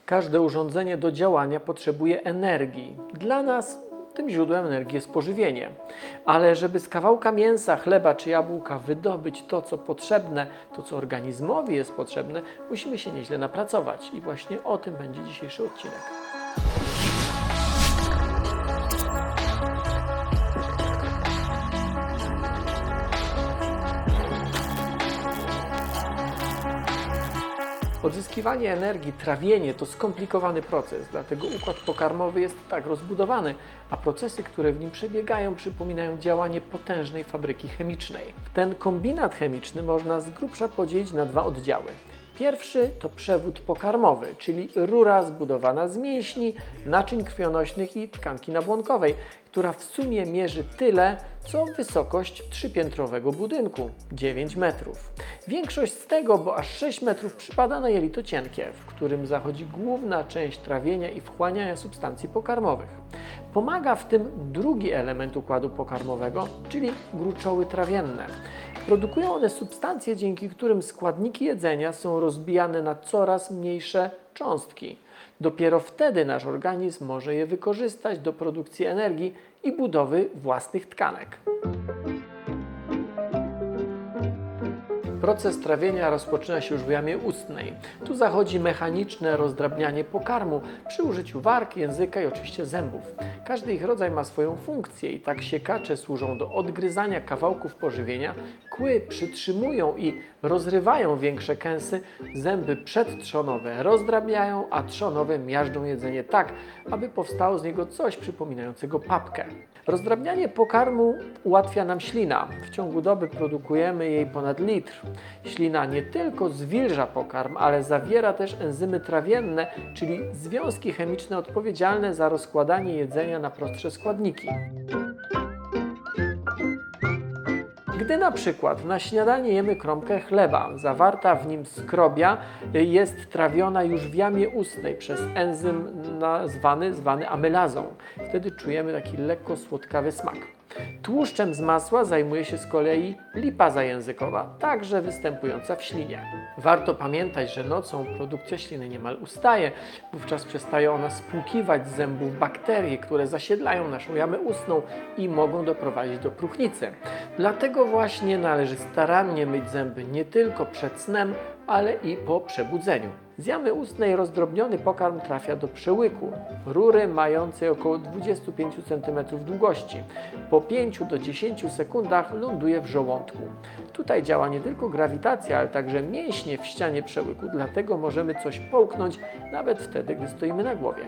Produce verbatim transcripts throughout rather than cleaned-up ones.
Każde urządzenie do działania potrzebuje energii. Dla nas tym źródłem energii jest pożywienie. Ale żeby z kawałka mięsa, chleba czy jabłka wydobyć to, co potrzebne, to, co organizmowi jest potrzebne, musimy się nieźle napracować. I właśnie o tym będzie dzisiejszy odcinek. Odzyskiwanie energii, trawienie to skomplikowany proces, dlatego układ pokarmowy jest tak rozbudowany, a procesy, które w nim przebiegają, przypominają działanie potężnej fabryki chemicznej. Ten kombinat chemiczny można z grubsza podzielić na dwa oddziały. Pierwszy to przewód pokarmowy, czyli rura zbudowana z mięśni, naczyń krwionośnych i tkanki nabłonkowej, która w sumie mierzy tyle, co wysokość trzypiętrowego budynku – dziewięć metrów. Większość z tego, bo aż sześć metrów, przypada na jelito cienkie, w którym zachodzi główna część trawienia i wchłaniania substancji pokarmowych. Pomaga w tym drugi element układu pokarmowego, czyli gruczoły trawienne. Produkują one substancje, dzięki którym składniki jedzenia są rozbijane na coraz mniejsze cząstki. Dopiero wtedy nasz organizm może je wykorzystać do produkcji energii i budowy własnych tkanek. Proces trawienia rozpoczyna się już w jamie ustnej. Tu zachodzi mechaniczne rozdrabnianie pokarmu przy użyciu warg, języka i oczywiście zębów. Każdy ich rodzaj ma swoją funkcję i tak siekacze służą do odgryzania kawałków pożywienia, kły przytrzymują i rozrywają większe kęsy, zęby przedtrzonowe rozdrabniają, a trzonowe miażdżą jedzenie tak, aby powstało z niego coś przypominającego papkę. Rozdrabnianie pokarmu ułatwia nam ślina. W ciągu doby produkujemy jej ponad litr. Ślina nie tylko zwilża pokarm, ale zawiera też enzymy trawienne, czyli związki chemiczne odpowiedzialne za rozkładanie jedzenia na prostsze składniki. Gdy na przykład na śniadanie jemy kromkę chleba, zawarta w nim skrobia jest trawiona już w jamie ustnej przez enzym nazwany zwany amylazą. Wtedy czujemy taki lekko słodkawy smak. Tłuszczem z masła zajmuje się z kolei lipaza językowa, także występująca w ślinie. Warto pamiętać, że nocą produkcja śliny niemal ustaje, wówczas przestaje ona spłukiwać z zębów bakterie, które zasiedlają naszą jamę ustną i mogą doprowadzić do próchnicy. Dlatego właśnie należy starannie myć zęby nie tylko przed snem, ale i po przebudzeniu. Z jamy ustnej rozdrobniony pokarm trafia do przełyku, rury mającej około dwadzieścia pięć centymetrów długości. Po pięciu do dziesięciu sekundach ląduje w żołądku. Tutaj działa nie tylko grawitacja, ale także mięśnie w ścianie przełyku, dlatego możemy coś połknąć nawet wtedy, gdy stoimy na głowie.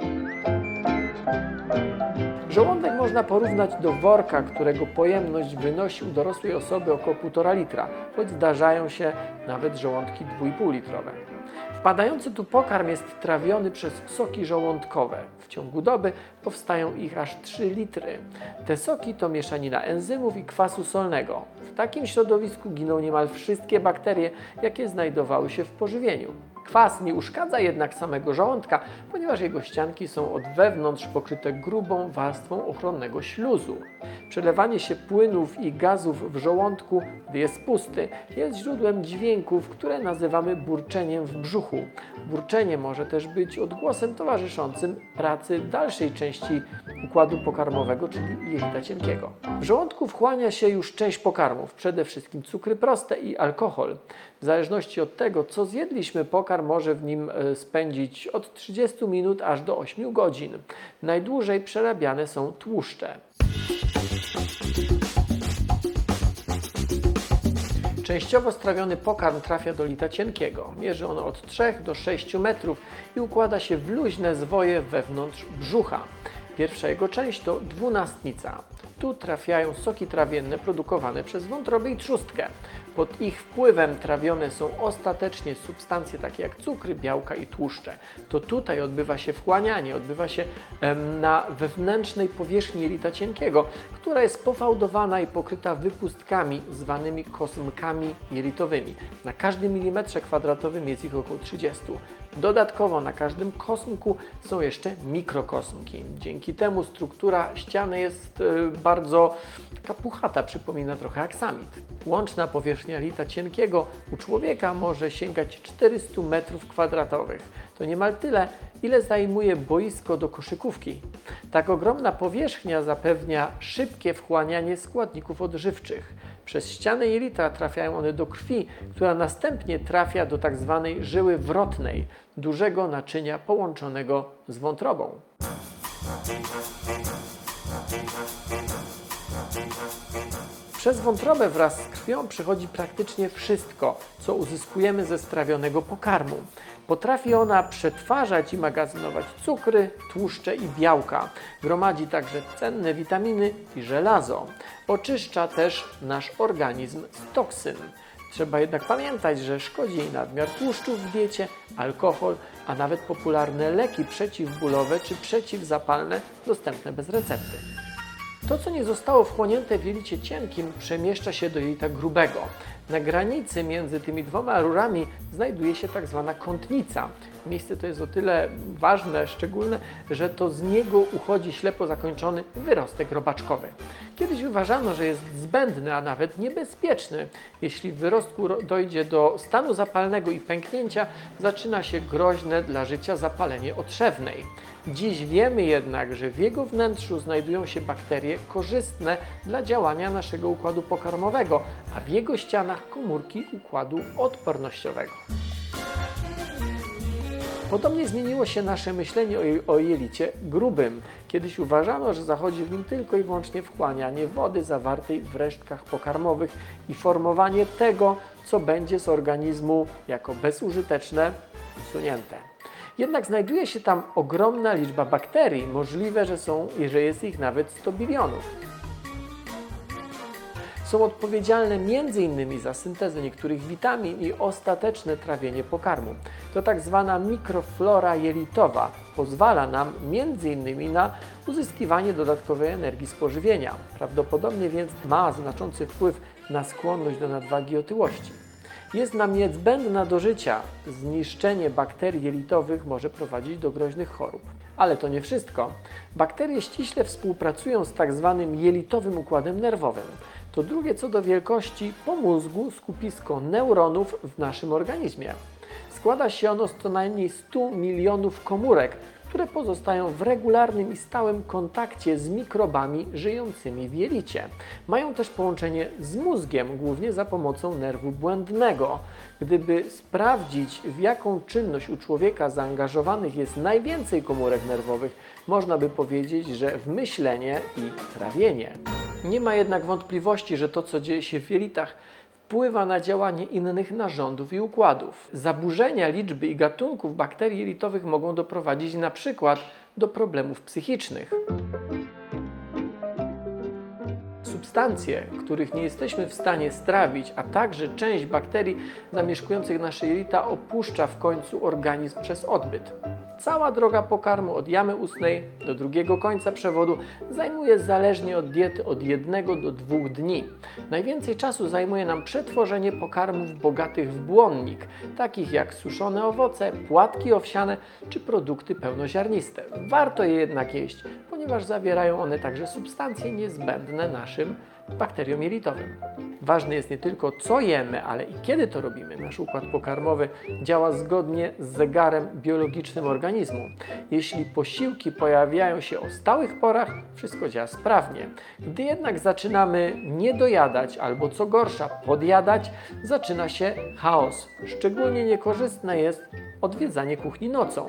Żołądek można porównać do worka, którego pojemność wynosi u dorosłej osoby około półtora litra, choć zdarzają się nawet żołądki dwa i pół litrowe. Wpadający tu pokarm jest trawiony przez soki żołądkowe. W ciągu doby powstają ich aż trzy litry. Te soki to mieszanina enzymów i kwasu solnego. W takim środowisku giną niemal wszystkie bakterie, jakie znajdowały się w pożywieniu. Kwas nie uszkadza jednak samego żołądka, ponieważ jego ścianki są od wewnątrz pokryte grubą warstwą ochronnego śluzu. Przelewanie się płynów i gazów w żołądku, gdy jest pusty, jest źródłem dźwięków, które nazywamy burczeniem w brzuchu. Burczenie może też być odgłosem towarzyszącym pracy dalszej części układu pokarmowego, czyli jelita cienkiego. W żołądku wchłania się już część pokarmów, przede wszystkim cukry proste i alkohol. W zależności od tego, co zjedliśmy, pokarm może w nim spędzić od trzydziestu minut aż do ośmiu godzin. Najdłużej przerabiane są tłuszcze. Częściowo strawiony pokarm trafia do lita cienkiego. Mierzy ono od trzech do sześciu metrów i układa się w luźne zwoje wewnątrz brzucha. Pierwsza jego część to dwunastnica. Tu trafiają soki trawienne produkowane przez wątrobę i trzustkę. Pod ich wpływem trawione są ostatecznie substancje takie jak cukry, białka i tłuszcze. To tutaj odbywa się wchłanianie, odbywa się em, na wewnętrznej powierzchni jelita cienkiego, która jest pofałdowana i pokryta wypustkami zwanymi kosmkami jelitowymi. Na każdym milimetrze kwadratowym jest ich około trzydziestu. Dodatkowo na każdym kosmku są jeszcze mikrokosmki. Dzięki temu struktura ściany jest bardzo taka puchata, przypomina trochę aksamit. Łączna powierzchnia jelita cienkiego u człowieka może sięgać czterysta metrów kwadratowych. To niemal tyle, ile zajmuje boisko do koszykówki. Tak ogromna powierzchnia zapewnia szybkie wchłanianie składników odżywczych. Przez ścianę jelita trafiają one do krwi, która następnie trafia do tak zwanej żyły wrotnej, dużego naczynia połączonego z wątrobą. Przez wątrobę wraz z krwią przechodzi praktycznie wszystko, co uzyskujemy ze strawionego pokarmu. Potrafi ona przetwarzać i magazynować cukry, tłuszcze i białka. Gromadzi także cenne witaminy i żelazo. Oczyszcza też nasz organizm z toksyn. Trzeba jednak pamiętać, że szkodzi jej nadmiar tłuszczów w diecie, alkohol, a nawet popularne leki przeciwbólowe czy przeciwzapalne dostępne bez recepty. To, co nie zostało wchłonięte w jelicie cienkim, przemieszcza się do jelita grubego. Na granicy między tymi dwoma rurami znajduje się tak zwana kątnica. Miejsce to jest o tyle ważne, szczególne, że to z niego uchodzi ślepo zakończony wyrostek robaczkowy. Kiedyś uważano, że jest zbędny, a nawet niebezpieczny. Jeśli w wyrostku dojdzie do stanu zapalnego i pęknięcia, zaczyna się groźne dla życia zapalenie otrzewnej. Dziś wiemy jednak, że w jego wnętrzu znajdują się bakterie korzystne dla działania naszego układu pokarmowego, a w jego ścianach komórki układu odpornościowego. Podobnie zmieniło się nasze myślenie o, o jelicie grubym. Kiedyś uważano, że zachodzi w nim tylko i wyłącznie wchłanianie wody zawartej w resztkach pokarmowych i formowanie tego, co będzie z organizmu jako bezużyteczne usunięte. Jednak znajduje się tam ogromna liczba bakterii, możliwe, że, są, że jest ich nawet sto bilionów. Są odpowiedzialne między innymi za syntezę niektórych witamin i ostateczne trawienie pokarmu. To tak zwana mikroflora jelitowa pozwala nam między innymi na uzyskiwanie dodatkowej energii z pożywienia. Prawdopodobnie więc ma znaczący wpływ na skłonność do nadwagi i otyłości. Jest nam niezbędna do życia. Zniszczenie bakterii jelitowych może prowadzić do groźnych chorób. Ale to nie wszystko. Bakterie ściśle współpracują z tak zwanym jelitowym układem nerwowym. To drugie co do wielkości po mózgu skupisko neuronów w naszym organizmie. Składa się ono z co najmniej stu milionów komórek, które pozostają w regularnym i stałym kontakcie z mikrobami żyjącymi w jelicie. Mają też połączenie z mózgiem, głównie za pomocą nerwu błędnego. Gdyby sprawdzić, w jaką czynność u człowieka zaangażowanych jest najwięcej komórek nerwowych, można by powiedzieć, że w myślenie i trawienie. Nie ma jednak wątpliwości, że to, co dzieje się w jelitach, wpływa na działanie innych narządów i układów. Zaburzenia liczby i gatunków bakterii jelitowych mogą doprowadzić na przykład do problemów psychicznych. Substancje, których nie jesteśmy w stanie strawić, a także część bakterii zamieszkujących nasze jelita opuszcza w końcu organizm przez odbyt. Cała droga pokarmu od jamy ustnej do drugiego końca przewodu zajmuje zależnie od diety od jednego do dwóch dni. Najwięcej czasu zajmuje nam przetworzenie pokarmów bogatych w błonnik, takich jak suszone owoce, płatki owsiane czy produkty pełnoziarniste. Warto je jednak jeść, ponieważ zawierają one także substancje niezbędne naszym bakteriom jelitowym. Ważne jest nie tylko co jemy, ale i kiedy to robimy. Nasz układ pokarmowy działa zgodnie z zegarem biologicznym organizmu. Jeśli posiłki pojawiają się o stałych porach, wszystko działa sprawnie. Gdy jednak zaczynamy nie dojadać albo co gorsza podjadać, zaczyna się chaos. Szczególnie niekorzystne jest odwiedzanie kuchni nocą.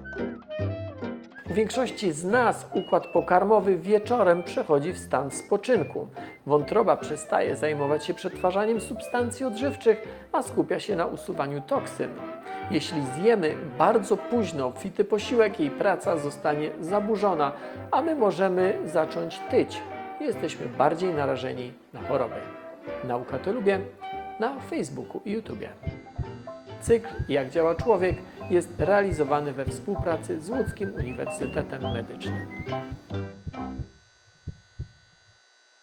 U większości z nas układ pokarmowy wieczorem przechodzi w stan spoczynku. Wątroba przestaje zajmować się przetwarzaniem substancji odżywczych, a skupia się na usuwaniu toksyn. Jeśli zjemy bardzo późno obfity posiłek, jej praca zostanie zaburzona, a my możemy zacząć tyć. Jesteśmy bardziej narażeni na choroby. Nauka to lubię na Facebooku i YouTubie. Cykl Jak działa człowiek jest realizowany we współpracy z Łódzkim Uniwersytetem Medycznym.